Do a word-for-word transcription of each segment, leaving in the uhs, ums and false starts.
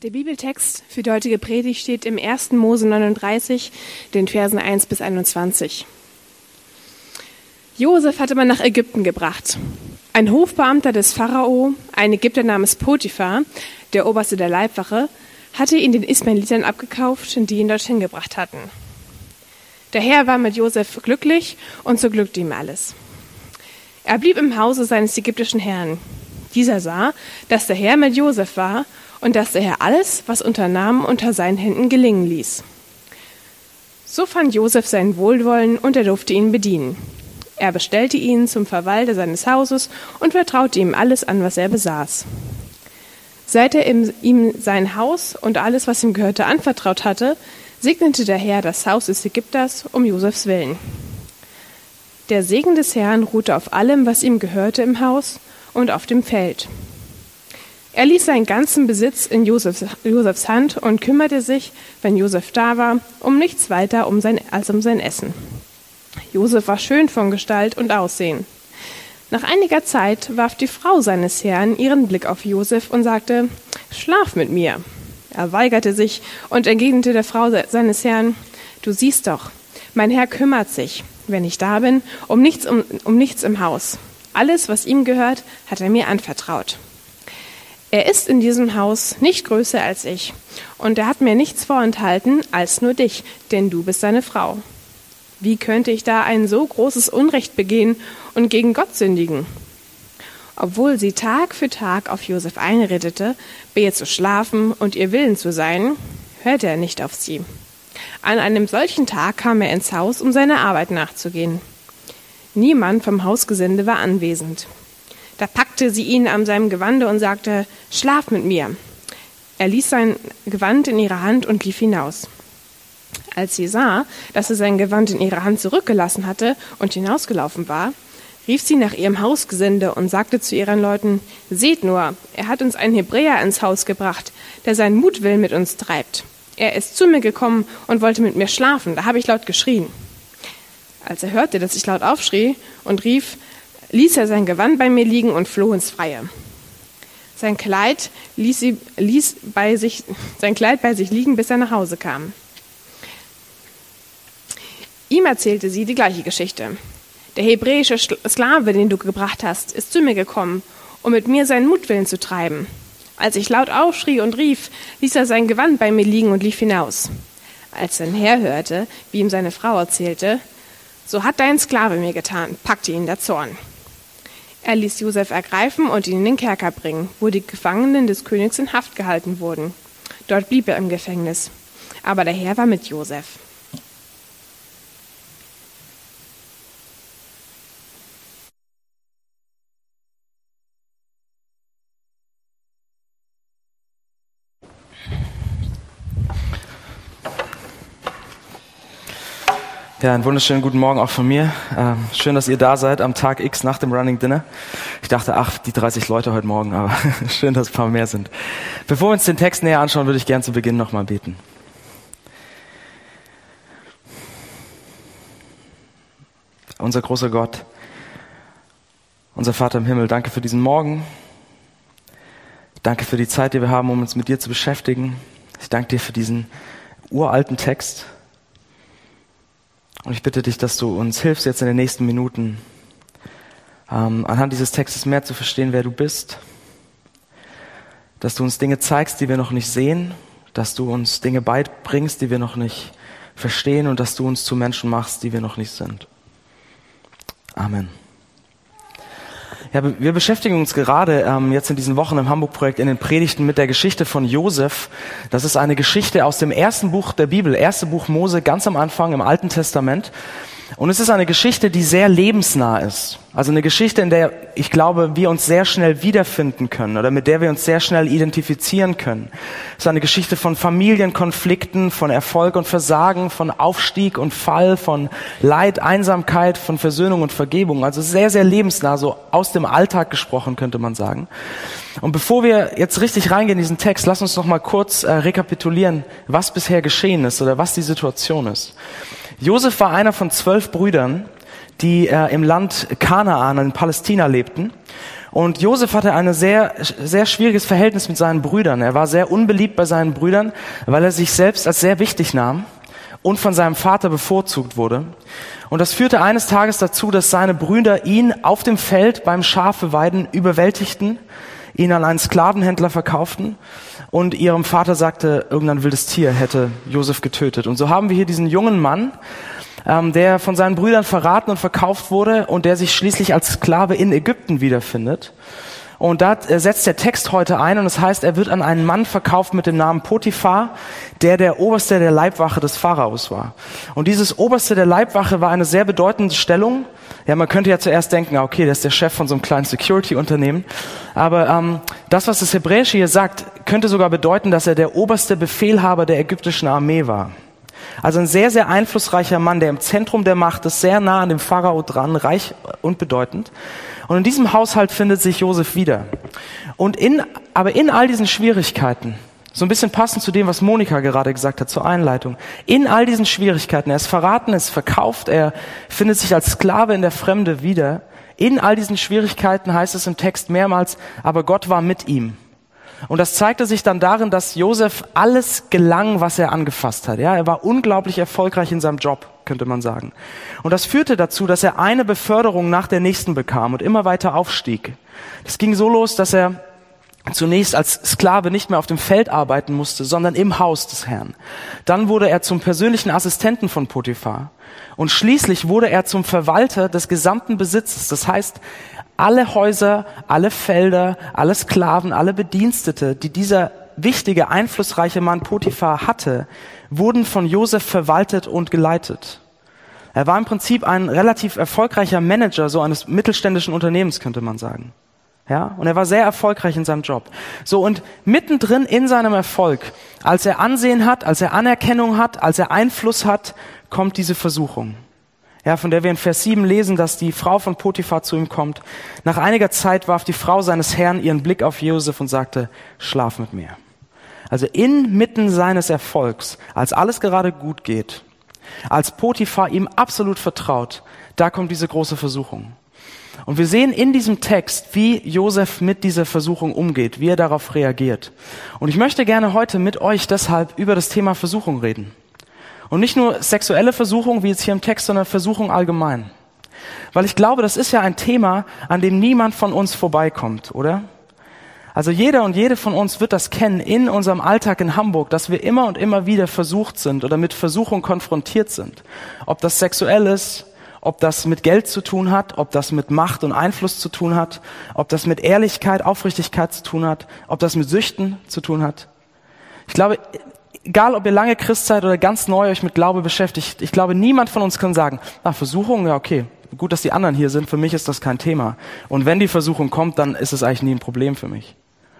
Der Bibeltext für die heutige Predigt steht im ersten Mose neununddreißig, den Versen eins bis einundzwanzig. Josef hatte man nach Ägypten gebracht. Ein Hofbeamter des Pharao, ein Ägypter namens Potiphar, der Oberste der Leibwache, hatte ihn den Ismaelitern abgekauft, die ihn dorthin gebracht hatten. Der Herr war mit Josef glücklich und so glückte ihm alles. Er blieb im Hause seines ägyptischen Herrn. Dieser sah, dass der Herr mit Josef war und dass der Herr alles, was unternahm, unter seinen Händen gelingen ließ. So fand Josef sein Wohlwollen und er durfte ihn bedienen. Er bestellte ihn zum Verwalter seines Hauses und vertraute ihm alles an, was er besaß. Seit er ihm sein Haus und alles, was ihm gehörte, anvertraut hatte, segnete der Herr das Haus des Ägypters um Josefs willen. Der Segen des Herrn ruhte auf allem, was ihm gehörte im Haus und auf dem Feld. Er ließ seinen ganzen Besitz in Josefs, Josefs Hand und kümmerte sich, wenn Josef da war, um nichts weiter um sein, als um sein Essen. Josef war schön von Gestalt und Aussehen. Nach einiger Zeit warf die Frau seines Herrn ihren Blick auf Josef und sagte, »Schlaf mit mir.« Er weigerte sich und entgegnete der Frau seines Herrn, »Du siehst doch, mein Herr kümmert sich, wenn ich da bin, um nichts, um, um nichts im Haus. Alles, was ihm gehört, hat er mir anvertraut. Er ist in diesem Haus nicht größer als ich, und er hat mir nichts vorenthalten als nur dich, denn du bist seine Frau. Wie könnte ich da ein so großes Unrecht begehen und gegen Gott sündigen?« Obwohl sie Tag für Tag auf Josef einredete, bei ihr zu schlafen und ihr Willen zu sein, hörte er nicht auf sie. An einem solchen Tag kam er ins Haus, um seiner Arbeit nachzugehen. Niemand vom Hausgesinde war anwesend. Da packte sie ihn an seinem Gewande und sagte, »Schlaf mit mir.« Er ließ sein Gewand in ihre Hand und lief hinaus. Als sie sah, dass er sein Gewand in ihrer Hand zurückgelassen hatte und hinausgelaufen war, rief sie nach ihrem Hausgesinde und sagte zu ihren Leuten, »Seht nur, er hat uns einen Hebräer ins Haus gebracht, der seinen Mutwillen mit uns treibt. Er ist zu mir gekommen und wollte mit mir schlafen, da habe ich laut geschrien.« Als er hörte, dass ich laut aufschrie und rief, ließ er sein Gewand bei mir liegen und floh ins Freie. Sein Kleid ließ, sie, ließ bei sich, sein Kleid bei sich liegen, bis er nach Hause kam. Ihm erzählte sie die gleiche Geschichte. »Der hebräische Sklave, den du gebracht hast, ist zu mir gekommen, um mit mir seinen Mutwillen zu treiben. Als ich laut aufschrie und rief, ließ er sein Gewand bei mir liegen und lief hinaus. Als sein Herr hörte, wie ihm seine Frau erzählte, so hat dein Sklave mir getan, packte ihn der Zorn. Er ließ Josef ergreifen und ihn in den Kerker bringen, wo die Gefangenen des Königs in Haft gehalten wurden. Dort blieb er im Gefängnis. Aber der Herr war mit Josef. Ja, einen wunderschönen guten Morgen auch von mir. Ähm, schön, dass ihr da seid am Tag X nach dem Running Dinner. Ich dachte, ach, die dreißig Leute heute Morgen, aber schön, dass ein paar mehr sind. Bevor wir uns den Text näher anschauen, würde ich gern zu Beginn nochmal beten. Unser großer Gott, unser Vater im Himmel, danke für diesen Morgen. Danke für die Zeit, die wir haben, um uns mit dir zu beschäftigen. Ich danke dir für diesen uralten Text. Und ich bitte dich, dass du uns hilfst, jetzt in den nächsten Minuten ähm, anhand dieses Textes mehr zu verstehen, wer du bist. Dass du uns Dinge zeigst, die wir noch nicht sehen. Dass du uns Dinge beibringst, die wir noch nicht verstehen. Und dass du uns zu Menschen machst, die wir noch nicht sind. Amen. Ja, wir beschäftigen uns gerade ähm, jetzt in diesen Wochen im Hamburg-Projekt in den Predigten mit der Geschichte von Josef. Das ist eine Geschichte aus dem ersten Buch der Bibel, erste Buch Mose, ganz am Anfang im Alten Testament. Und es ist eine Geschichte, die sehr lebensnah ist. Also eine Geschichte, in der ich glaube, wir uns sehr schnell wiederfinden können oder mit der wir uns sehr schnell identifizieren können. Es ist eine Geschichte von Familienkonflikten, von Erfolg und Versagen, von Aufstieg und Fall, von Leid, Einsamkeit, von Versöhnung und Vergebung. Also sehr, sehr lebensnah, so aus dem Alltag gesprochen, könnte man sagen. Und bevor wir jetzt richtig reingehen in diesen Text, lass uns noch mal kurz äh, rekapitulieren, was bisher geschehen ist oder was die Situation ist. Josef war einer von zwölf Brüdern, die äh, im Land Kanaan in Palästina lebten. Und Josef hatte ein sehr, sehr schwieriges Verhältnis mit seinen Brüdern. Er war sehr unbeliebt bei seinen Brüdern, weil er sich selbst als sehr wichtig nahm und von seinem Vater bevorzugt wurde. Und das führte eines Tages dazu, dass seine Brüder ihn auf dem Feld beim Schafeweiden überwältigten, ihn an einen Sklavenhändler verkauften und ihrem Vater sagte, irgendein wildes Tier hätte Josef getötet. Und so haben wir hier diesen jungen Mann, ähm, der von seinen Brüdern verraten und verkauft wurde und der sich schließlich als Sklave in Ägypten wiederfindet. Und da setzt der Text heute ein und das heißt, er wird an einen Mann verkauft mit dem Namen Potiphar, der der Oberste der Leibwache des Pharaos war. Und dieses Oberste der Leibwache war eine sehr bedeutende Stellung. Ja, man könnte ja zuerst denken, okay, das ist der Chef von so einem kleinen Security-Unternehmen. Aber ähm, das, was das Hebräische hier sagt, könnte sogar bedeuten, dass er der oberste Befehlhaber der ägyptischen Armee war. Also ein sehr, sehr einflussreicher Mann, der im Zentrum der Macht ist, sehr nah an dem Pharao dran, reich und bedeutend. Und in diesem Haushalt findet sich Josef wieder. Und in, aber in all diesen Schwierigkeiten, so ein bisschen passend zu dem, was Monika gerade gesagt hat, zur Einleitung, in all diesen Schwierigkeiten, er ist verraten, er ist verkauft, er findet sich als Sklave in der Fremde wieder. In all diesen Schwierigkeiten heißt es im Text mehrmals, aber Gott war mit ihm. Und das zeigte sich dann darin, dass Josef alles gelang, was er angefasst hat. Ja, er war unglaublich erfolgreich in seinem Job, könnte man sagen. Und das führte dazu, dass er eine Beförderung nach der nächsten bekam und immer weiter aufstieg. Das ging so los, dass er zunächst als Sklave nicht mehr auf dem Feld arbeiten musste, sondern im Haus des Herrn. Dann wurde er zum persönlichen Assistenten von Potiphar. Und schließlich wurde er zum Verwalter des gesamten Besitzes. Das heißt, alle Häuser, alle Felder, alle Sklaven, alle Bedienstete, die dieser wichtige, einflussreiche Mann Potiphar hatte, wurden von Josef verwaltet und geleitet. Er war im Prinzip ein relativ erfolgreicher Manager so eines mittelständischen Unternehmens, könnte man sagen. Ja, und er war sehr erfolgreich in seinem Job. So, und mittendrin in seinem Erfolg, als er Ansehen hat, als er Anerkennung hat, als er Einfluss hat, kommt diese Versuchung. Ja, von der wir in Vers sieben lesen, dass die Frau von Potiphar zu ihm kommt. Nach einiger Zeit warf die Frau seines Herrn ihren Blick auf Josef und sagte, schlaf mit mir. Also inmitten seines Erfolgs, als alles gerade gut geht, als Potiphar ihm absolut vertraut, da kommt diese große Versuchung. Und wir sehen in diesem Text, wie Josef mit dieser Versuchung umgeht, wie er darauf reagiert. Und ich möchte gerne heute mit euch deshalb über das Thema Versuchung reden. Und nicht nur sexuelle Versuchung, wie jetzt hier im Text, sondern Versuchung allgemein. Weil ich glaube, das ist ja ein Thema, an dem niemand von uns vorbeikommt, oder? Also jeder und jede von uns wird das kennen in unserem Alltag in Hamburg, dass wir immer und immer wieder versucht sind oder mit Versuchung konfrontiert sind. Ob das sexuell ist, ob das mit Geld zu tun hat, ob das mit Macht und Einfluss zu tun hat, ob das mit Ehrlichkeit, Aufrichtigkeit zu tun hat, ob das mit Süchten zu tun hat. Ich glaube, egal ob ihr lange Christ seid oder ganz neu euch mit Glaube beschäftigt, ich glaube, niemand von uns kann sagen, ah, Versuchung, ja okay, gut, dass die anderen hier sind, für mich ist das kein Thema. Und wenn die Versuchung kommt, dann ist es eigentlich nie ein Problem für mich.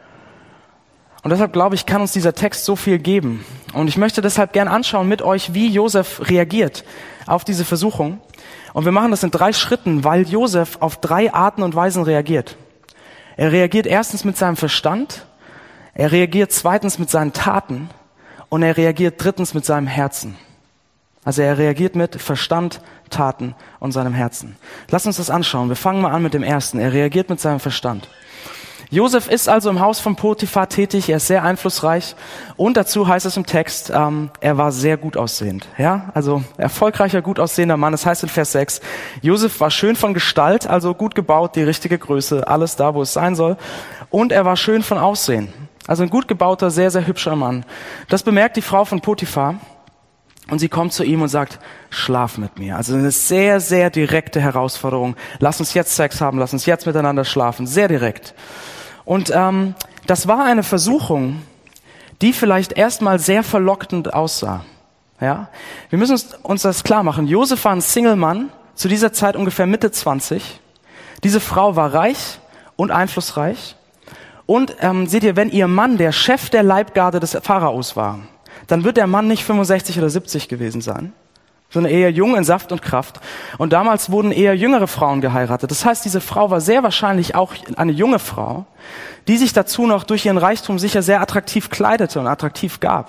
Und deshalb glaube ich, kann uns dieser Text so viel geben. Und ich möchte deshalb gern anschauen mit euch, wie Josef reagiert auf diese Versuchung. Und wir machen das in drei Schritten, weil Josef auf drei Arten und Weisen reagiert. Er reagiert erstens mit seinem Verstand, er reagiert zweitens mit seinen Taten und er reagiert drittens mit seinem Herzen. Also er reagiert mit Verstand, Taten und seinem Herzen. Lass uns das anschauen. Wir fangen mal an mit dem ersten. Er reagiert mit seinem Verstand. Josef ist also im Haus von Potiphar tätig, er ist sehr einflussreich und dazu heißt es im Text, ähm, er war sehr gut aussehend. Ja, also erfolgreicher, gut aussehender Mann. Das heißt in Vers sechs, Josef war schön von Gestalt, also gut gebaut, die richtige Größe, alles da, wo es sein soll. Und er war schön von Aussehen. Also ein gut gebauter, sehr, sehr hübscher Mann. Das bemerkt die Frau von Potiphar und sie kommt zu ihm und sagt, schlaf mit mir. Also eine sehr, sehr direkte Herausforderung. Lass uns jetzt Sex haben, lass uns jetzt miteinander schlafen. Sehr direkt. Und ähm, das war eine Versuchung, die vielleicht erstmal sehr verlockend aussah. Ja, wir müssen uns, uns das klar machen. Josef war ein Single-Mann, zu dieser Zeit ungefähr Mitte zwanzig. Diese Frau war reich und einflussreich. Und ähm, seht ihr, wenn ihr Mann der Chef der Leibgarde des Pharaos war, dann wird der Mann nicht fünfundsechzig oder siebzig gewesen sein, sondern eher jung in Saft und Kraft. Und damals wurden eher jüngere Frauen geheiratet. Das heißt, diese Frau war sehr wahrscheinlich auch eine junge Frau, die sich dazu noch durch ihren Reichtum sicher sehr attraktiv kleidete und attraktiv gab.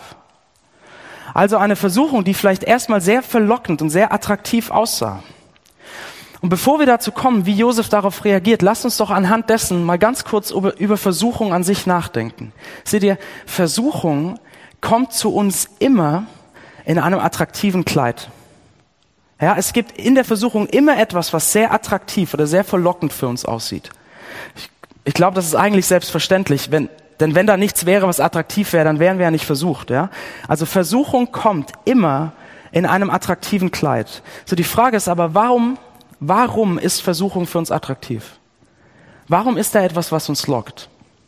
Also eine Versuchung, die vielleicht erstmal sehr verlockend und sehr attraktiv aussah. Und bevor wir dazu kommen, wie Josef darauf reagiert, lasst uns doch anhand dessen mal ganz kurz über, über Versuchung an sich nachdenken. Seht ihr, Versuchung kommt zu uns immer in einem attraktiven Kleid. Ja, es gibt in der Versuchung immer etwas, was sehr attraktiv oder sehr verlockend für uns aussieht. Ich, ich glaube, das ist eigentlich selbstverständlich, wenn, denn wenn da nichts wäre, was attraktiv wäre, dann wären wir ja nicht versucht. Ja? Also Versuchung kommt immer in einem attraktiven Kleid. So, die Frage ist aber, warum Warum ist Versuchung für uns attraktiv? Warum ist da etwas, was uns lockt?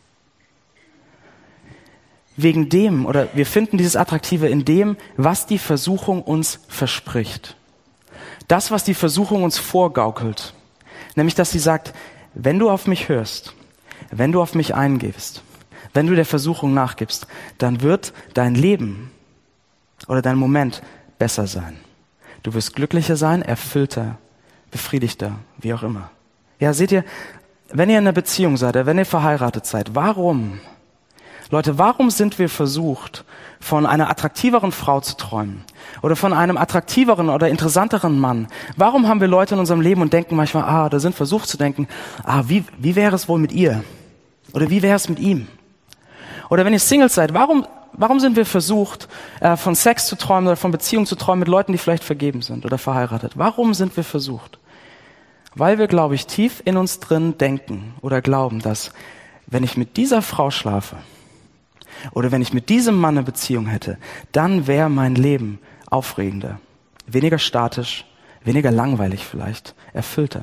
Wegen dem, oder wir finden dieses Attraktive in dem, was die Versuchung uns verspricht. Das, was die Versuchung uns vorgaukelt. Nämlich, dass sie sagt, wenn du auf mich hörst, wenn du auf mich eingehst, wenn du der Versuchung nachgibst, dann wird dein Leben oder dein Moment besser sein. Du wirst glücklicher sein, erfüllter, befriedigter, wie auch immer. Ja, seht ihr, wenn ihr in einer Beziehung seid, wenn ihr verheiratet seid, warum, Leute, warum sind wir versucht, von einer attraktiveren Frau zu träumen? Oder von einem attraktiveren oder interessanteren Mann? Warum haben wir Leute in unserem Leben und denken manchmal, ah, da sind versucht zu denken, ah, wie, wie wäre es wohl mit ihr? Oder wie wäre es mit ihm? Oder wenn ihr Singles seid, warum, warum sind wir versucht, äh, von Sex zu träumen oder von Beziehungen zu träumen mit Leuten, die vielleicht vergeben sind oder verheiratet? Warum sind wir versucht? Weil wir, glaube ich, tief in uns drin denken oder glauben, dass wenn ich mit dieser Frau schlafe oder wenn ich mit diesem Mann eine Beziehung hätte, dann wäre mein Leben aufregender, weniger statisch, weniger langweilig vielleicht, erfüllter.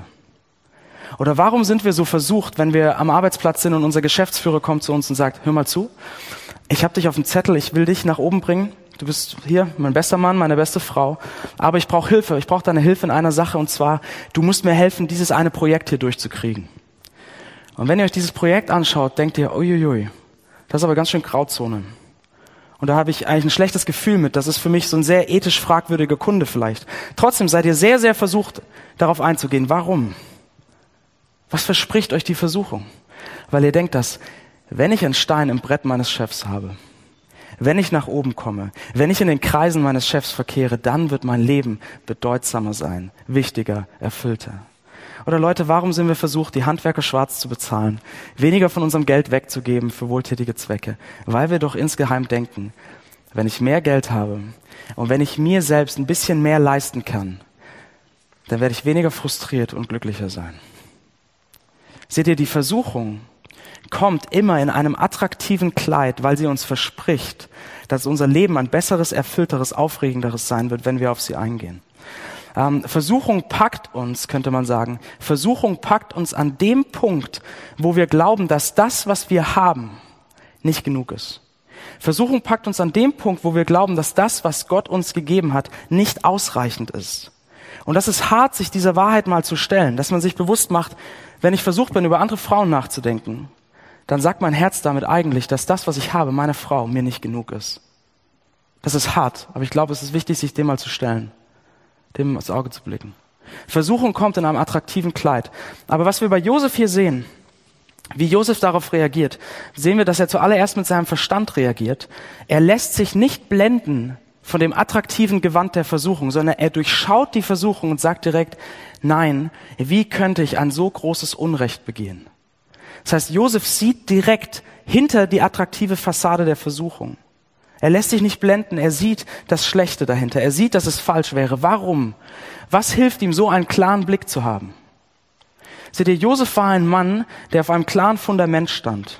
Oder warum sind wir so versucht, wenn wir am Arbeitsplatz sind und unser Geschäftsführer kommt zu uns und sagt, hör mal zu, ich habe dich auf dem Zettel, ich will dich nach oben bringen. Du bist hier mein bester Mann, meine beste Frau. Aber ich brauche Hilfe. Ich brauche deine Hilfe in einer Sache. Und zwar, du musst mir helfen, dieses eine Projekt hier durchzukriegen. Und wenn ihr euch dieses Projekt anschaut, denkt ihr, uiuiui, das ist aber ganz schön Grauzone. Und da habe ich eigentlich ein schlechtes Gefühl mit. Das ist für mich so ein sehr ethisch fragwürdiger Kunde vielleicht. Trotzdem seid ihr sehr, sehr versucht, darauf einzugehen. Warum? Was verspricht euch die Versuchung? Weil ihr denkt, dass, wenn ich einen Stein im Brett meines Chefs habe, wenn ich nach oben komme, wenn ich in den Kreisen meines Chefs verkehre, dann wird mein Leben bedeutsamer sein, wichtiger, erfüllter. Oder Leute, warum sind wir versucht, die Handwerker schwarz zu bezahlen, weniger von unserem Geld wegzugeben für wohltätige Zwecke? Weil wir doch insgeheim denken, wenn ich mehr Geld habe und wenn ich mir selbst ein bisschen mehr leisten kann, dann werde ich weniger frustriert und glücklicher sein. Seht ihr, die Versuchung kommt immer in einem attraktiven Kleid, weil sie uns verspricht, dass unser Leben ein besseres, erfüllteres, aufregenderes sein wird, wenn wir auf sie eingehen. Ähm, Versuchung packt uns, könnte man sagen, Versuchung packt uns an dem Punkt, wo wir glauben, dass das, was wir haben, nicht genug ist. Versuchung packt uns an dem Punkt, wo wir glauben, dass das, was Gott uns gegeben hat, nicht ausreichend ist. Und das ist hart, sich dieser Wahrheit mal zu stellen, dass man sich bewusst macht, wenn ich versucht bin, über andere Frauen nachzudenken, dann sagt mein Herz damit eigentlich, dass das, was ich habe, meine Frau, mir nicht genug ist. Das ist hart, aber ich glaube, es ist wichtig, sich dem mal zu stellen, dem ins Auge zu blicken. Versuchung kommt in einem attraktiven Kleid. Aber was wir bei Josef hier sehen, wie Josef darauf reagiert, sehen wir, dass er zuallererst mit seinem Verstand reagiert. Er lässt sich nicht blenden von dem attraktiven Gewand der Versuchung, sondern er durchschaut die Versuchung und sagt direkt, nein, wie könnte ich ein so großes Unrecht begehen? Das heißt, Josef sieht direkt hinter die attraktive Fassade der Versuchung. Er lässt sich nicht blenden, er sieht das Schlechte dahinter. Er sieht, dass es falsch wäre. Warum? Was hilft ihm, so einen klaren Blick zu haben? Seht ihr, Josef war ein Mann, der auf einem klaren Fundament stand.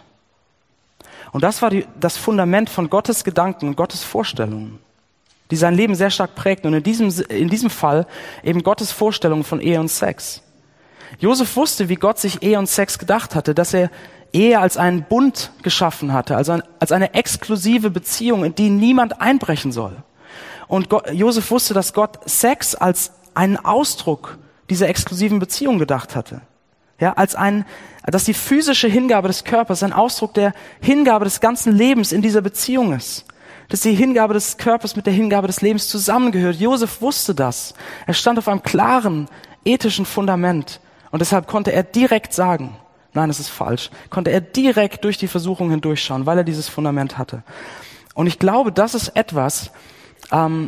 Und das war die, das Fundament von Gottes Gedanken und Gottes Vorstellungen, die sein Leben sehr stark prägten. Und in diesem, in diesem Fall eben Gottes Vorstellungen von Ehe und Sex. Josef wusste, wie Gott sich Ehe und Sex gedacht hatte, dass er Ehe als einen Bund geschaffen hatte, also ein, als eine exklusive Beziehung, in die niemand einbrechen soll. Und Gott, Josef wusste, dass Gott Sex als einen Ausdruck dieser exklusiven Beziehung gedacht hatte. Ja, als ein, dass die physische Hingabe des Körpers ein Ausdruck der Hingabe des ganzen Lebens in dieser Beziehung ist. Dass die Hingabe des Körpers mit der Hingabe des Lebens zusammengehört. Josef wusste das. Er stand auf einem klaren, ethischen Fundament. Und deshalb konnte er direkt sagen, nein, das ist falsch, konnte er direkt durch die Versuchung hindurchschauen, weil er dieses Fundament hatte. Und ich glaube, das ist etwas, ähm,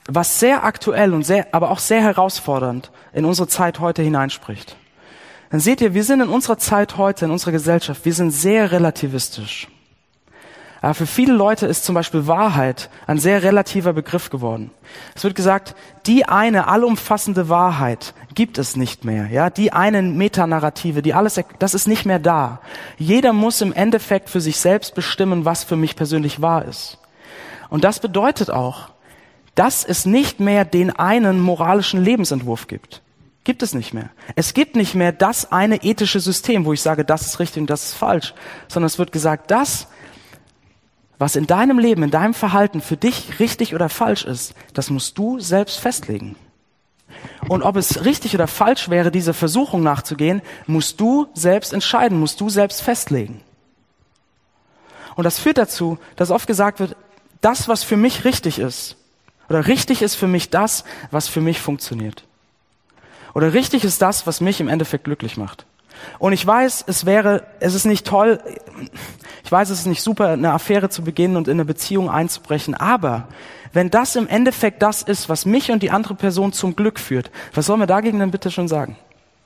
was sehr aktuell und sehr, aber auch sehr herausfordernd in unsere Zeit heute hineinspricht. Dann seht ihr, wir sind in unserer Zeit heute, in unserer Gesellschaft, wir sind sehr relativistisch. Aber für viele Leute ist zum Beispiel Wahrheit ein sehr relativer Begriff geworden. Es wird gesagt, die eine allumfassende Wahrheit gibt es nicht mehr. Ja, die eine Metanarrative, die alles, das ist nicht mehr da. Jeder muss im Endeffekt für sich selbst bestimmen, was für mich persönlich wahr ist. Und das bedeutet auch, dass es nicht mehr den einen moralischen Lebensentwurf gibt. Gibt es nicht mehr. Es gibt nicht mehr das eine ethische System, wo ich sage, das ist richtig und das ist falsch, sondern es wird gesagt, das, was in deinem Leben, in deinem Verhalten für dich richtig oder falsch ist, das musst du selbst festlegen. Und ob es richtig oder falsch wäre, dieser Versuchung nachzugehen, musst du selbst entscheiden, musst du selbst festlegen. Und das führt dazu, dass oft gesagt wird, das, was für mich richtig ist, oder richtig ist für mich das, was für mich funktioniert. Oder richtig ist das, was mich im Endeffekt glücklich macht. Und ich weiß, es wäre, es ist nicht toll, ich weiß, es ist nicht super, eine Affäre zu beginnen und in eine Beziehung einzubrechen, aber wenn das im Endeffekt das ist, was mich und die andere Person zum Glück führt, was soll man dagegen denn bitte schon sagen?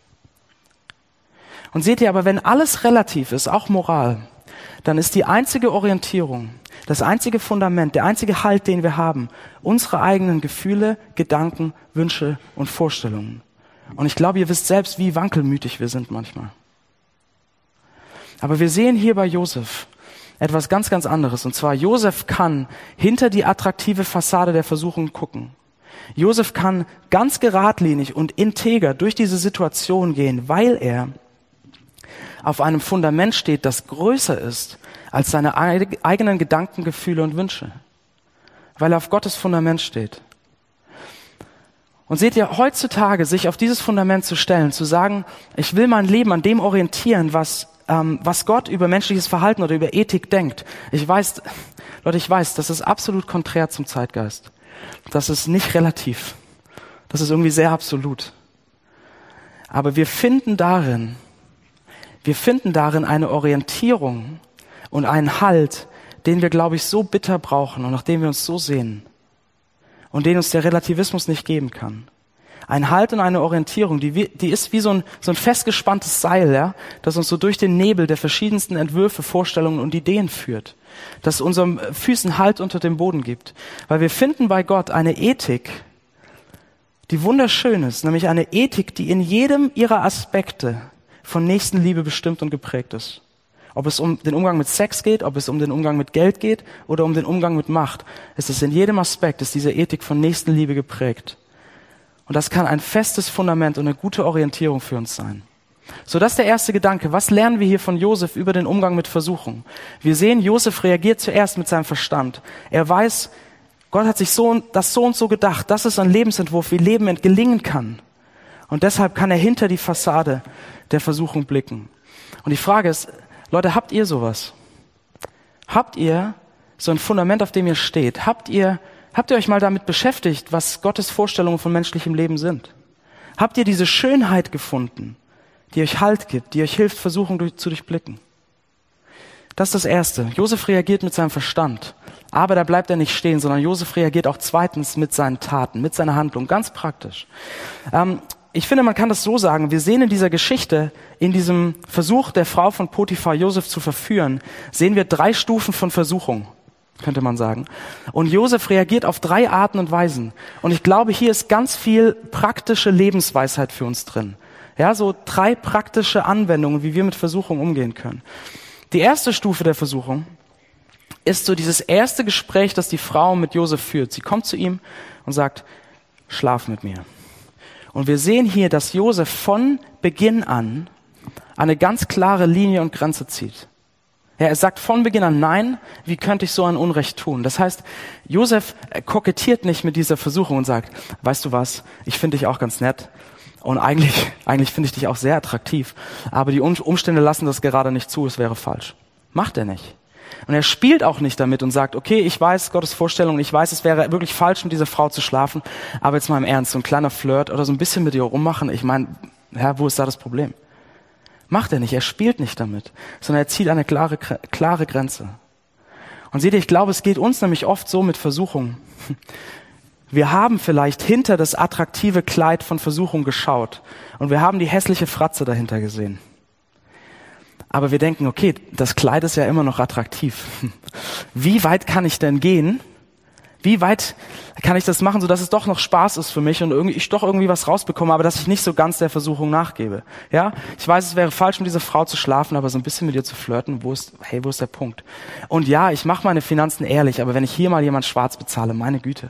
Und seht ihr aber, wenn alles relativ ist, auch Moral, dann ist die einzige Orientierung, das einzige Fundament, der einzige Halt, den wir haben, unsere eigenen Gefühle, Gedanken, Wünsche und Vorstellungen. Und ich glaube, ihr wisst selbst, wie wankelmütig wir sind manchmal. Aber wir sehen hier bei Josef etwas ganz, ganz anderes. Und zwar, Josef kann hinter die attraktive Fassade der Versuchung gucken. Josef kann ganz geradlinig und integer durch diese Situation gehen, weil er auf einem Fundament steht, das größer ist als seine eigenen Gedanken, Gefühle und Wünsche. Weil er auf Gottes Fundament steht. Und seht ihr, heutzutage sich auf dieses Fundament zu stellen, zu sagen, ich will mein Leben an dem orientieren, was, ähm, was Gott über menschliches Verhalten oder über Ethik denkt. Ich weiß, Leute, ich weiß, das ist absolut konträr zum Zeitgeist. Das ist nicht relativ. Das ist irgendwie sehr absolut. Aber wir finden darin, wir finden darin eine Orientierung und einen Halt, den wir, glaube ich, so bitter brauchen und nach dem wir uns so sehnen. Und den uns der Relativismus nicht geben kann. Ein Halt und eine Orientierung, die, die ist wie so ein, so ein festgespanntes Seil, ja, das uns so durch den Nebel der verschiedensten Entwürfe, Vorstellungen und Ideen führt. Das unseren Füßen Halt unter dem Boden gibt. Weil wir finden bei Gott eine Ethik, die wunderschön ist, nämlich eine Ethik, die in jedem ihrer Aspekte von Nächstenliebe bestimmt und geprägt ist. Ob es um den Umgang mit Sex geht, ob es um den Umgang mit Geld geht oder um den Umgang mit Macht, ist es in jedem Aspekt, ist diese Ethik von Nächstenliebe geprägt. Und das kann ein festes Fundament und eine gute Orientierung für uns sein. So, das ist der erste Gedanke. Was lernen wir hier von Josef über den Umgang mit Versuchung? Wir sehen, Josef reagiert zuerst mit seinem Verstand. Er weiß, Gott hat sich so, das so und so gedacht. Das ist ein Lebensentwurf, wie Leben gelingen kann. Und deshalb kann er hinter die Fassade der Versuchung blicken. Und die Frage ist, Leute, habt ihr sowas? Habt ihr so ein Fundament, auf dem ihr steht? Habt ihr, habt ihr euch mal damit beschäftigt, was Gottes Vorstellungen von menschlichem Leben sind? Habt ihr diese Schönheit gefunden, die euch Halt gibt, die euch hilft, Versuchung durch, zu durchblicken? Das ist das Erste. Josef reagiert mit seinem Verstand. Aber da bleibt er nicht stehen, sondern Josef reagiert auch zweitens mit seinen Taten, mit seiner Handlung, ganz praktisch. Ähm, Ich finde, man kann das so sagen, wir sehen in dieser Geschichte, in diesem Versuch der Frau von Potiphar, Josef zu verführen, sehen wir drei Stufen von Versuchung, könnte man sagen. Und Josef reagiert auf drei Arten und Weisen. Und ich glaube, hier ist ganz viel praktische Lebensweisheit für uns drin. Ja, so drei praktische Anwendungen, wie wir mit Versuchung umgehen können. Die erste Stufe der Versuchung ist so dieses erste Gespräch, das die Frau mit Josef führt. Sie kommt zu ihm und sagt, schlaf mit mir. Und wir sehen hier, dass Josef von Beginn an eine ganz klare Linie und Grenze zieht. Ja, er sagt von Beginn an, nein, wie könnte ich so ein Unrecht tun? Das heißt, Josef kokettiert nicht mit dieser Versuchung und sagt, weißt du was, ich finde dich auch ganz nett und eigentlich, eigentlich finde ich dich auch sehr attraktiv, aber die Umstände lassen das gerade nicht zu, es wäre falsch. Macht er nicht. Und er spielt auch nicht damit und sagt, okay, ich weiß Gottes Vorstellung, ich weiß, es wäre wirklich falsch, mit dieser Frau zu schlafen, aber jetzt mal im Ernst, so ein kleiner Flirt oder so ein bisschen mit ihr rummachen, ich meine, ja, wo ist da das Problem? Macht er nicht, er spielt nicht damit, sondern er zieht eine klare, klare Grenze. Und seht ihr, ich glaube, es geht uns nämlich oft so mit Versuchung. Wir haben vielleicht hinter das attraktive Kleid von Versuchung geschaut und wir haben die hässliche Fratze dahinter gesehen. Aber wir denken, okay, das Kleid ist ja immer noch attraktiv. Wie weit kann ich denn gehen? Wie weit kann ich das machen, sodass es doch noch Spaß ist für mich und irgendwie, ich doch irgendwie was rausbekomme, aber dass ich nicht so ganz der Versuchung nachgebe? Ja, ich weiß, es wäre falsch, mit dieser Frau zu schlafen, aber so ein bisschen mit ihr zu flirten, wo ist, hey, wo ist der Punkt? Und ja, ich mache meine Finanzen ehrlich, aber wenn ich hier mal jemand schwarz bezahle, meine Güte.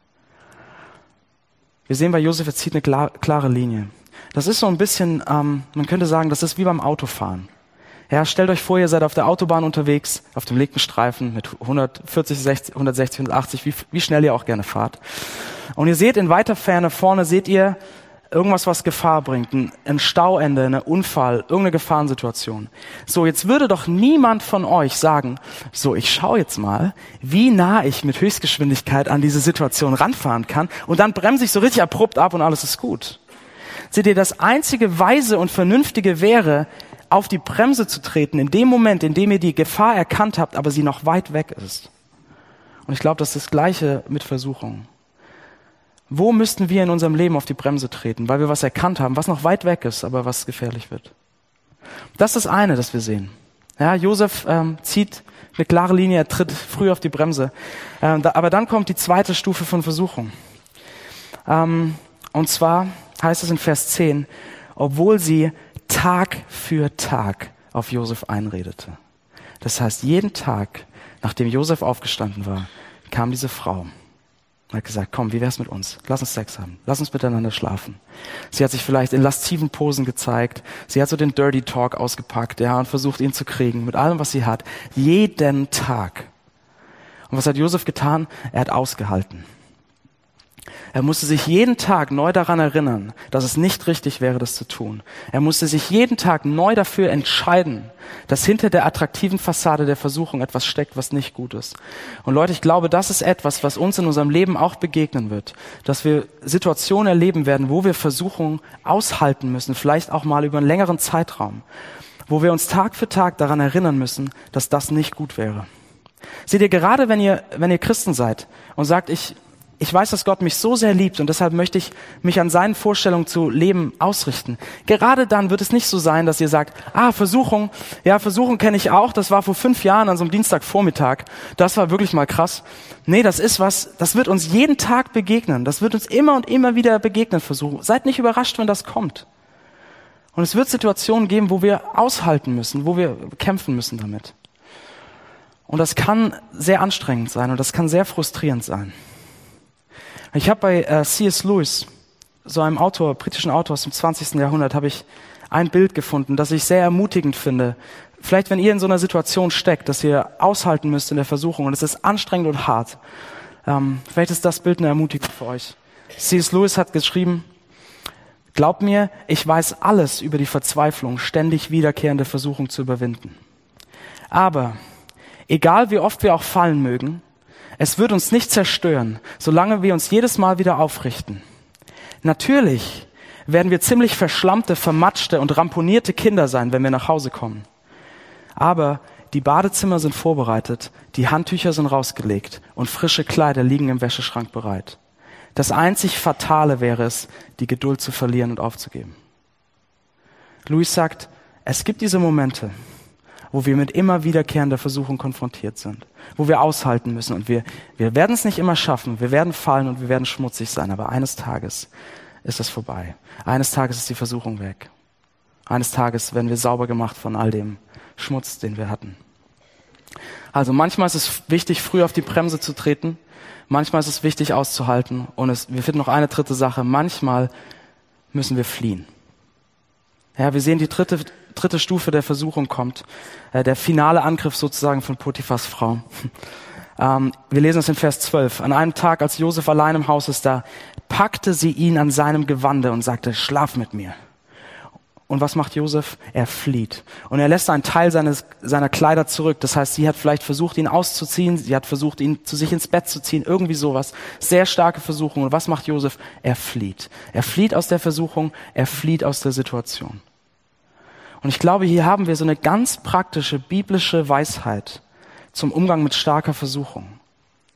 Wir sehen bei Josef, er zieht eine klar, klare Linie. Das ist so ein bisschen, ähm, man könnte sagen, das ist wie beim Autofahren. Ja, stellt euch vor, ihr seid auf der Autobahn unterwegs, auf dem linken Streifen mit hundertvierzig, sechzig, hundertsechzig, hundertachtzig, wie, wie schnell ihr auch gerne fahrt. Und ihr seht in weiter Ferne vorne, seht ihr irgendwas, was Gefahr bringt, ein, ein Stauende, ein Unfall, irgendeine Gefahrensituation. So, jetzt würde doch niemand von euch sagen, so, ich schaue jetzt mal, wie nah ich mit Höchstgeschwindigkeit an diese Situation ranfahren kann und dann bremse ich so richtig abrupt ab und alles ist gut. Seht ihr, das einzige Weise und Vernünftige wäre, auf die Bremse zu treten, in dem Moment, in dem ihr die Gefahr erkannt habt, aber sie noch weit weg ist. Und ich glaube, das ist das Gleiche mit Versuchung. Wo müssten wir in unserem Leben auf die Bremse treten? Weil wir was erkannt haben, was noch weit weg ist, aber was gefährlich wird. Das ist das eine, das wir sehen. Ja, Josef ähm, zieht eine klare Linie, er tritt früh auf die Bremse. Ähm, da, aber dann kommt die zweite Stufe von Versuchung. Ähm, und zwar heißt es in Vers zehn, obwohl sie Tag für Tag auf Josef einredete. Das heißt, jeden Tag, nachdem Josef aufgestanden war, kam diese Frau und hat gesagt, komm, wie wär's mit uns? Lass uns Sex haben. Lass uns miteinander schlafen. Sie hat sich vielleicht in lasziven Posen gezeigt. Sie hat so den Dirty Talk ausgepackt, ja, und versucht, ihn zu kriegen mit allem, was sie hat. Jeden Tag. Und was hat Josef getan? Er hat ausgehalten. Er musste sich jeden Tag neu daran erinnern, dass es nicht richtig wäre, das zu tun. Er musste sich jeden Tag neu dafür entscheiden, dass hinter der attraktiven Fassade der Versuchung etwas steckt, was nicht gut ist. Und Leute, ich glaube, das ist etwas, was uns in unserem Leben auch begegnen wird, dass wir Situationen erleben werden, wo wir Versuchungen aushalten müssen, vielleicht auch mal über einen längeren Zeitraum, wo wir uns Tag für Tag daran erinnern müssen, dass das nicht gut wäre. Seht ihr, gerade wenn ihr, wenn ihr Christen seid und sagt, ich Ich weiß, dass Gott mich so sehr liebt und deshalb möchte ich mich an seinen Vorstellungen zu leben ausrichten. Gerade dann wird es nicht so sein, dass ihr sagt, ah, Versuchung, ja, Versuchung kenne ich auch, das war vor fünf Jahren an so einem Dienstagvormittag, das war wirklich mal krass. Nee, das ist was, das wird uns jeden Tag begegnen, das wird uns immer und immer wieder begegnen, Versuchung. Seid nicht überrascht, wenn das kommt. Und es wird Situationen geben, wo wir aushalten müssen, wo wir kämpfen müssen damit. Und das kann sehr anstrengend sein und das kann sehr frustrierend sein. Ich habe bei äh, C S Lewis, so einem Autor, britischen Autor aus dem zwanzigsten Jahrhundert, habe ich ein Bild gefunden, das ich sehr ermutigend finde. Vielleicht, wenn ihr in so einer Situation steckt, dass ihr aushalten müsst in der Versuchung und es ist anstrengend und hart, ähm, vielleicht ist das Bild eine Ermutigung für euch. C S Lewis hat geschrieben, glaubt mir, ich weiß alles über die Verzweiflung, ständig wiederkehrende Versuchung zu überwinden. Aber egal wie oft wir auch fallen mögen, es wird uns nicht zerstören, solange wir uns jedes Mal wieder aufrichten. Natürlich werden wir ziemlich verschlammte, vermatschte und ramponierte Kinder sein, wenn wir nach Hause kommen. Aber die Badezimmer sind vorbereitet, die Handtücher sind rausgelegt und frische Kleider liegen im Wäscheschrank bereit. Das einzig Fatale wäre es, die Geduld zu verlieren und aufzugeben. Louis sagt, es gibt diese Momente, wo wir mit immer wiederkehrender Versuchung konfrontiert sind, wo wir aushalten müssen und wir, wir werden es nicht immer schaffen, wir werden fallen und wir werden schmutzig sein, aber eines Tages ist es vorbei. Eines Tages ist die Versuchung weg. Eines Tages werden wir sauber gemacht von all dem Schmutz, den wir hatten. Also manchmal ist es wichtig, früh auf die Bremse zu treten, manchmal ist es wichtig auszuhalten und es, wir finden noch eine dritte Sache, manchmal müssen wir fliehen. Ja, wir sehen, die dritte, dritte Stufe der Versuchung kommt. Äh, der finale Angriff sozusagen von Potiphas Frau. ähm, wir lesen es in Vers zwölf. An einem Tag, als Josef allein im Haus ist, da packte sie ihn an seinem Gewande und sagte, schlaf mit mir. Und was macht Josef? Er flieht. Und er lässt einen Teil seines, seiner Kleider zurück. Das heißt, sie hat vielleicht versucht, ihn auszuziehen. Sie hat versucht, ihn zu sich ins Bett zu ziehen. Irgendwie sowas. Sehr starke Versuchung. Und was macht Josef? Er flieht. Er flieht aus der Versuchung. Er flieht aus der Situation. Und ich glaube, hier haben wir so eine ganz praktische biblische Weisheit zum Umgang mit starker Versuchung.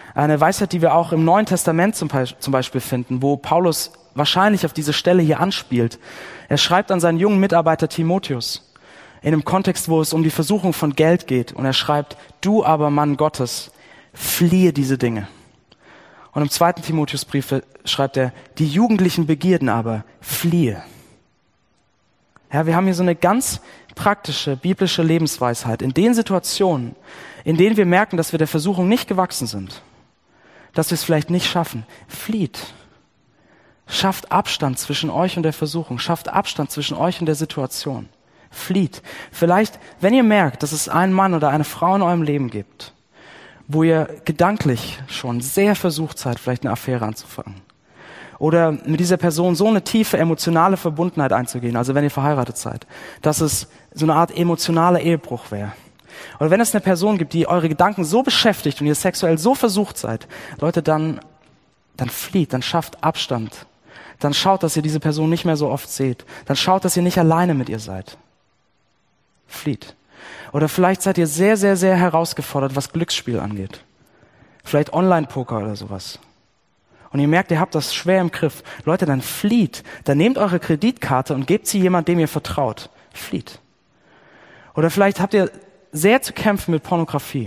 Eine Weisheit, die wir auch im Neuen Testament zum Beispiel finden, wo Paulus wahrscheinlich auf diese Stelle hier anspielt. Er schreibt an seinen jungen Mitarbeiter Timotheus in einem Kontext, wo es um die Versuchung von Geld geht. Und er schreibt, du aber, Mann Gottes, fliehe diese Dinge. Und im zweiten Timotheusbrief schreibt er, die jugendlichen Begierden aber, fliehe. Ja, wir haben hier so eine ganz praktische biblische Lebensweisheit. In den Situationen, in denen wir merken, dass wir der Versuchung nicht gewachsen sind, dass wir es vielleicht nicht schaffen, flieht. Schafft Abstand zwischen euch und der Versuchung. Schafft Abstand zwischen euch und der Situation. Flieht. Vielleicht, wenn ihr merkt, dass es einen Mann oder eine Frau in eurem Leben gibt, wo ihr gedanklich schon sehr versucht seid, vielleicht eine Affäre anzufangen. Oder mit dieser Person so eine tiefe emotionale Verbundenheit einzugehen, also wenn ihr verheiratet seid, dass es so eine Art emotionaler Ehebruch wäre. Oder wenn es eine Person gibt, die eure Gedanken so beschäftigt und ihr sexuell so versucht seid, Leute, dann, dann flieht, dann schafft Abstand. Dann schaut, dass ihr diese Person nicht mehr so oft seht. Dann schaut, dass ihr nicht alleine mit ihr seid. Flieht. Oder vielleicht seid ihr sehr, sehr, sehr herausgefordert, was Glücksspiel angeht. Vielleicht Online-Poker oder sowas. Und ihr merkt, ihr habt das schwer im Griff. Leute, dann flieht. Dann nehmt eure Kreditkarte und gebt sie jemandem, dem ihr vertraut. Flieht. Oder vielleicht habt ihr sehr zu kämpfen mit Pornografie.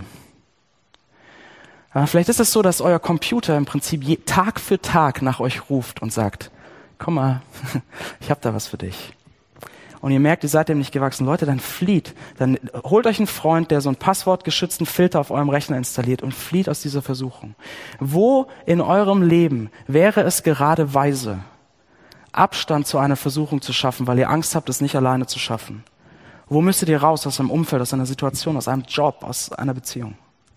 Aber vielleicht ist es so, dass euer Computer im Prinzip je, Tag für Tag nach euch ruft und sagt, komm mal, ich hab da was für dich. Und ihr merkt, ihr seid dem nicht gewachsen. Leute, dann flieht. Dann holt euch einen Freund, der so einen passwortgeschützten Filter auf eurem Rechner installiert und flieht aus dieser Versuchung. Wo in eurem Leben wäre es gerade weise, Abstand zu einer Versuchung zu schaffen, weil ihr Angst habt, es nicht alleine zu schaffen? Wo müsstet ihr raus aus einem Umfeld, aus einer Situation, aus einem Job, aus einer Beziehung?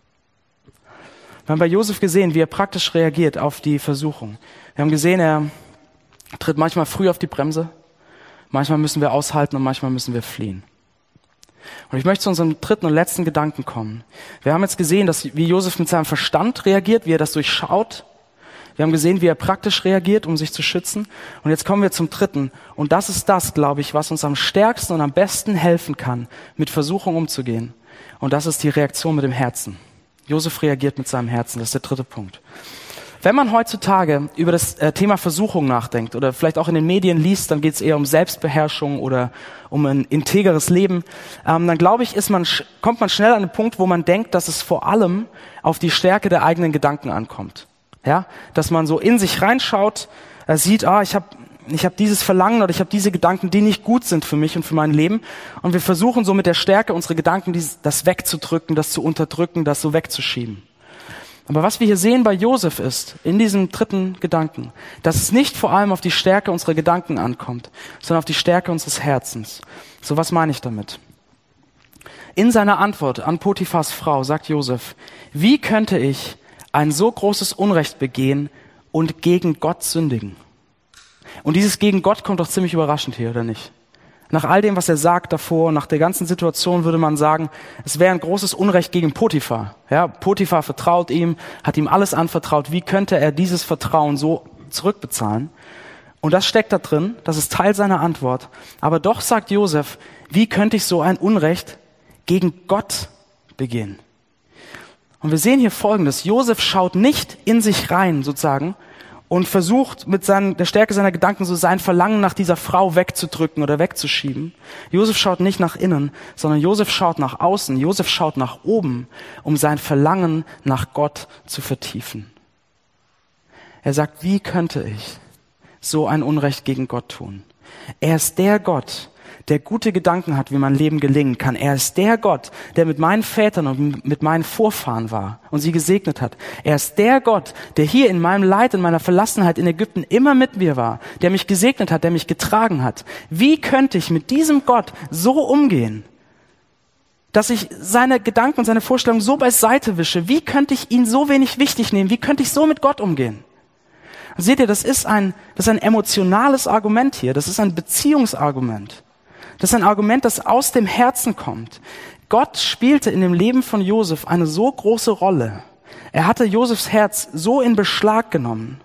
Wir haben bei Josef gesehen, wie er praktisch reagiert auf die Versuchung. Wir haben gesehen, er tritt manchmal früh auf die Bremse, manchmal müssen wir aushalten und manchmal müssen wir fliehen. Und ich möchte zu unserem dritten und letzten Gedanken kommen. Wir haben jetzt gesehen, dass, wie Josef mit seinem Verstand reagiert, wie er das durchschaut. Wir haben gesehen, wie er praktisch reagiert, um sich zu schützen. Und jetzt kommen wir zum dritten. Und das ist das, glaube ich, was uns am stärksten und am besten helfen kann, mit Versuchung umzugehen. Und das ist die Reaktion mit dem Herzen. Josef reagiert mit seinem Herzen. Das ist der dritte Punkt. Wenn man heutzutage über das äh, Thema Versuchung nachdenkt oder vielleicht auch in den Medien liest, dann geht es eher um Selbstbeherrschung oder um ein integeres Leben. Ähm, dann glaube ich, ist man, kommt man schnell an den Punkt, wo man denkt, dass es vor allem auf die Stärke der eigenen Gedanken ankommt. Ja, dass man so in sich reinschaut, äh, sieht, ah, ich habe ich hab dieses Verlangen oder ich habe diese Gedanken, die nicht gut sind für mich und für mein Leben. Und wir versuchen so mit der Stärke unserer Gedanken, dies, das wegzudrücken, das zu unterdrücken, das so wegzuschieben. Aber was wir hier sehen bei Josef ist, in diesem dritten Gedanken, dass es nicht vor allem auf die Stärke unserer Gedanken ankommt, sondern auf die Stärke unseres Herzens. So, was meine ich damit? In seiner Antwort an Potiphars Frau sagt Josef, wie könnte ich ein so großes Unrecht begehen und gegen Gott sündigen? Und dieses gegen Gott kommt doch ziemlich überraschend hier, oder nicht? Nach all dem, was er sagt davor, nach der ganzen Situation würde man sagen, es wäre ein großes Unrecht gegen Potiphar. Ja, Potiphar vertraut ihm, hat ihm alles anvertraut. Wie könnte er dieses Vertrauen so zurückbezahlen? Und das steckt da drin, das ist Teil seiner Antwort. Aber doch sagt Josef, wie könnte ich so ein Unrecht gegen Gott begehen? Und wir sehen hier Folgendes. Josef schaut nicht in sich rein, sozusagen, und versucht mit seinen, der Stärke seiner Gedanken so sein Verlangen nach dieser Frau wegzudrücken oder wegzuschieben. Josef schaut nicht nach innen, sondern Josef schaut nach außen. Josef schaut nach oben, um sein Verlangen nach Gott zu vertiefen. Er sagt, wie könnte ich so ein Unrecht gegen Gott tun? Er ist der Gott, der gute Gedanken hat, wie mein Leben gelingen kann. Er ist der Gott, der mit meinen Vätern und mit meinen Vorfahren war und sie gesegnet hat. Er ist der Gott, der hier in meinem Leid, in meiner Verlassenheit in Ägypten immer mit mir war, der mich gesegnet hat, der mich getragen hat. Wie könnte ich mit diesem Gott so umgehen, dass ich seine Gedanken und seine Vorstellungen so beiseite wische? Wie könnte ich ihn so wenig wichtig nehmen? Wie könnte ich so mit Gott umgehen? Seht ihr, das ist ein, das ist ein emotionales Argument hier. Das ist ein Beziehungsargument. Das ist ein Argument, das aus dem Herzen kommt. Gott spielte in dem Leben von Josef eine so große Rolle. Er hatte Josefs Herz so in Beschlag genommen,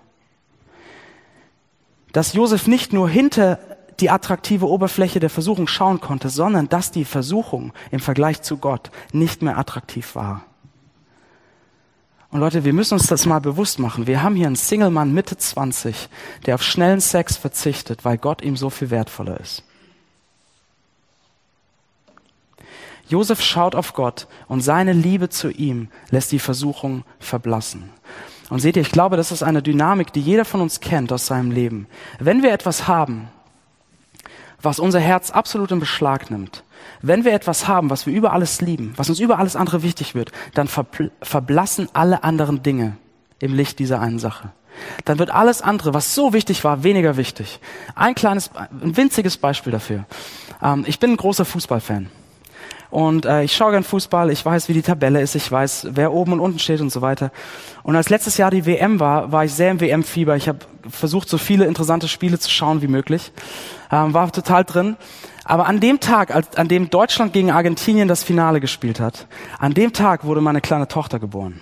dass Josef nicht nur hinter die attraktive Oberfläche der Versuchung schauen konnte, sondern dass die Versuchung im Vergleich zu Gott nicht mehr attraktiv war. Und Leute, wir müssen uns das mal bewusst machen. Wir haben hier einen Single-Mann Mitte zwanzig, der auf schnellen Sex verzichtet, weil Gott ihm so viel wertvoller ist. Josef schaut auf Gott und seine Liebe zu ihm lässt die Versuchung verblassen. Und seht ihr, ich glaube, das ist eine Dynamik, die jeder von uns kennt aus seinem Leben. Wenn wir etwas haben, was unser Herz absolut in Beschlag nimmt, wenn wir etwas haben, was wir über alles lieben, was uns über alles andere wichtig wird, dann verblassen alle anderen Dinge im Licht dieser einen Sache. Dann wird alles andere, was so wichtig war, weniger wichtig. Ein kleines, ein winziges Beispiel dafür. Ähm, ich bin ein großer Fußballfan. Und äh, ich schaue gern Fußball, ich weiß, wie die Tabelle ist, ich weiß, wer oben und unten steht und so weiter. Und als letztes Jahr die W M war, war ich sehr im W M-Fieber. Ich habe versucht, so viele interessante Spiele zu schauen wie möglich. Ähm, war total drin. Aber an dem Tag, als, an dem Deutschland gegen Argentinien das Finale gespielt hat, an dem Tag wurde meine kleine Tochter geboren.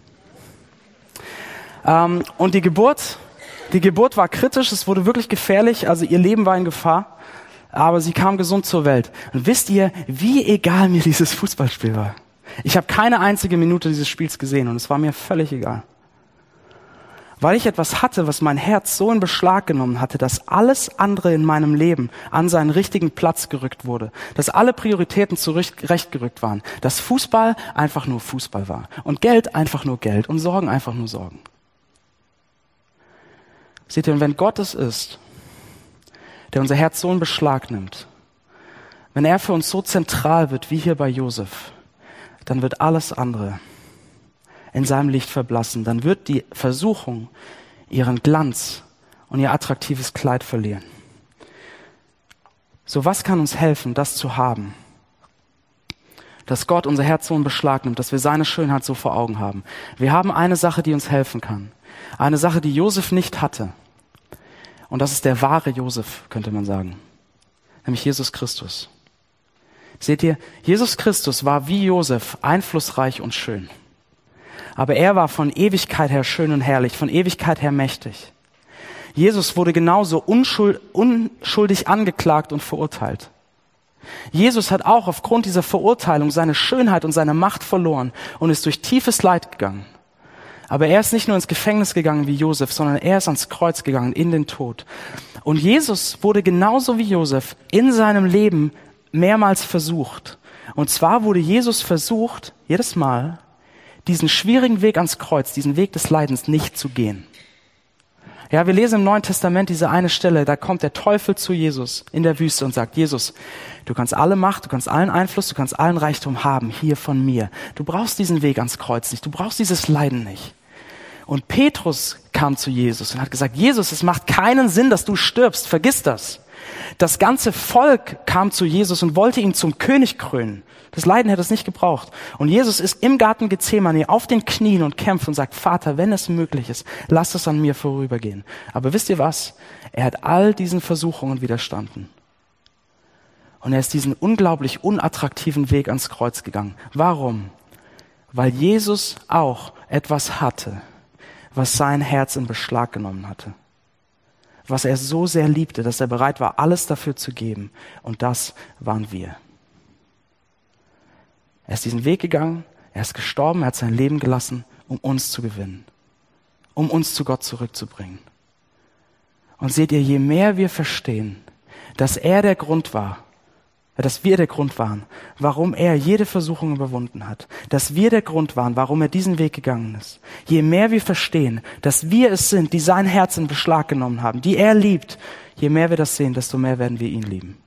Ähm, und die Geburt, die Geburt war kritisch, es wurde wirklich gefährlich, also ihr Leben war in Gefahr. Aber sie kam gesund zur Welt. Und wisst ihr, wie egal mir dieses Fußballspiel war? Ich habe keine einzige Minute dieses Spiels gesehen und es war mir völlig egal. Weil ich etwas hatte, was mein Herz so in Beschlag genommen hatte, dass alles andere in meinem Leben an seinen richtigen Platz gerückt wurde. Dass alle Prioritäten zurechtgerückt waren. Dass Fußball einfach nur Fußball war. Und Geld einfach nur Geld. Und Sorgen einfach nur Sorgen. Seht ihr, und wenn Gott es ist, der unser Herz so in Beschlag nimmt, wenn er für uns so zentral wird wie hier bei Josef, dann wird alles andere in seinem Licht verblassen. Dann wird die Versuchung ihren Glanz und ihr attraktives Kleid verlieren. So, was kann uns helfen, das zu haben? Dass Gott unser Herz so in Beschlag nimmt, dass wir seine Schönheit so vor Augen haben. Wir haben eine Sache, die uns helfen kann. Eine Sache, die Josef nicht hatte. Und das ist der wahre Josef, könnte man sagen. Nämlich Jesus Christus. Seht ihr, Jesus Christus war wie Josef einflussreich und schön. Aber er war von Ewigkeit her schön und herrlich, von Ewigkeit her mächtig. Jesus wurde genauso unschuld, unschuldig angeklagt und verurteilt. Jesus hat auch aufgrund dieser Verurteilung seine Schönheit und seine Macht verloren und ist durch tiefes Leid gegangen. Aber er ist nicht nur ins Gefängnis gegangen wie Josef, sondern er ist ans Kreuz gegangen, in den Tod. Und Jesus wurde genauso wie Josef in seinem Leben mehrmals versucht. Und zwar wurde Jesus versucht, jedes Mal, diesen schwierigen Weg ans Kreuz, diesen Weg des Leidens nicht zu gehen. Ja, wir lesen im Neuen Testament diese eine Stelle, da kommt der Teufel zu Jesus in der Wüste und sagt, Jesus, du kannst alle Macht, du kannst allen Einfluss, du kannst allen Reichtum haben, hier von mir. Du brauchst diesen Weg ans Kreuz nicht, du brauchst dieses Leiden nicht. Und Petrus kam zu Jesus und hat gesagt, Jesus, es macht keinen Sinn, dass du stirbst, vergiss das. Das ganze Volk kam zu Jesus und wollte ihn zum König krönen. Das Leiden hätte es nicht gebraucht. Und Jesus ist im Garten Gethsemane auf den Knien und kämpft und sagt, Vater, wenn es möglich ist, lass es an mir vorübergehen. Aber wisst ihr was? Er hat all diesen Versuchungen widerstanden. Und er ist diesen unglaublich unattraktiven Weg ans Kreuz gegangen. Warum? Weil Jesus auch etwas hatte, was sein Herz in Beschlag genommen hatte. Was er so sehr liebte, dass er bereit war, alles dafür zu geben. Und das waren wir. Er ist diesen Weg gegangen, er ist gestorben, er hat sein Leben gelassen, um uns zu gewinnen. Um uns zu Gott zurückzubringen. Und seht ihr, je mehr wir verstehen, dass er der Grund war, dass wir der Grund waren, warum er jede Versuchung überwunden hat, dass wir der Grund waren, warum er diesen Weg gegangen ist. Je mehr wir verstehen, dass wir es sind, die sein Herz in Beschlag genommen haben, die er liebt, je mehr wir das sehen, desto mehr werden wir ihn lieben.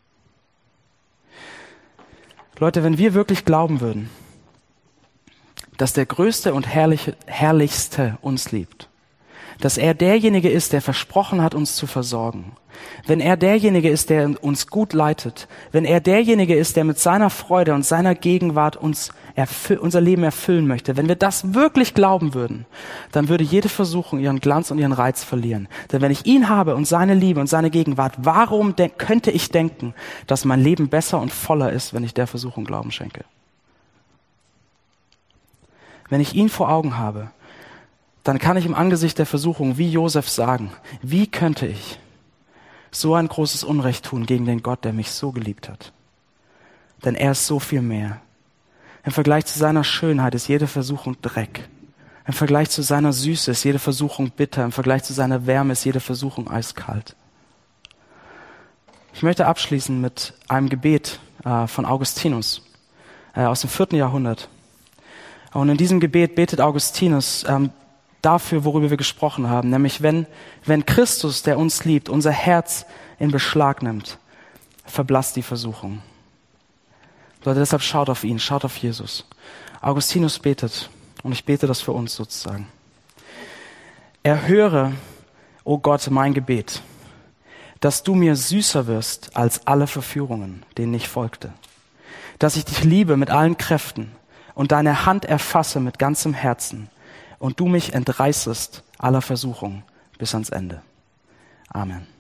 Leute, wenn wir wirklich glauben würden, dass der Größte und Herrliche, Herrlichste uns liebt, dass er derjenige ist, der versprochen hat, uns zu versorgen, wenn er derjenige ist, der uns gut leitet, wenn er derjenige ist, der mit seiner Freude und seiner Gegenwart uns erfü- unser Leben erfüllen möchte, wenn wir das wirklich glauben würden, dann würde jede Versuchung ihren Glanz und ihren Reiz verlieren. Denn wenn ich ihn habe und seine Liebe und seine Gegenwart, warum de- könnte ich denken, dass mein Leben besser und voller ist, wenn ich der Versuchung Glauben schenke? Wenn ich ihn vor Augen habe, dann kann ich im Angesicht der Versuchung wie Josef sagen, wie könnte ich so ein großes Unrecht tun gegen den Gott, der mich so geliebt hat? Denn er ist so viel mehr. Im Vergleich zu seiner Schönheit ist jede Versuchung Dreck. Im Vergleich zu seiner Süße ist jede Versuchung bitter. Im Vergleich zu seiner Wärme ist jede Versuchung eiskalt. Ich möchte abschließen mit einem Gebet äh, von Augustinus äh, aus dem vierten Jahrhundert. Und in diesem Gebet betet Augustinus ähm, dafür, worüber wir gesprochen haben, nämlich wenn, wenn Christus, der uns liebt, unser Herz in Beschlag nimmt, verblasst die Versuchung. Leute, deshalb schaut auf ihn, schaut auf Jesus. Augustinus betet, und ich bete das für uns sozusagen. Erhöre, o Gott, mein Gebet, dass du mir süßer wirst als alle Verführungen, denen ich folgte. Dass ich dich liebe mit allen Kräften und deine Hand erfasse mit ganzem Herzen und du mich entreißest aller Versuchung bis ans Ende. Amen.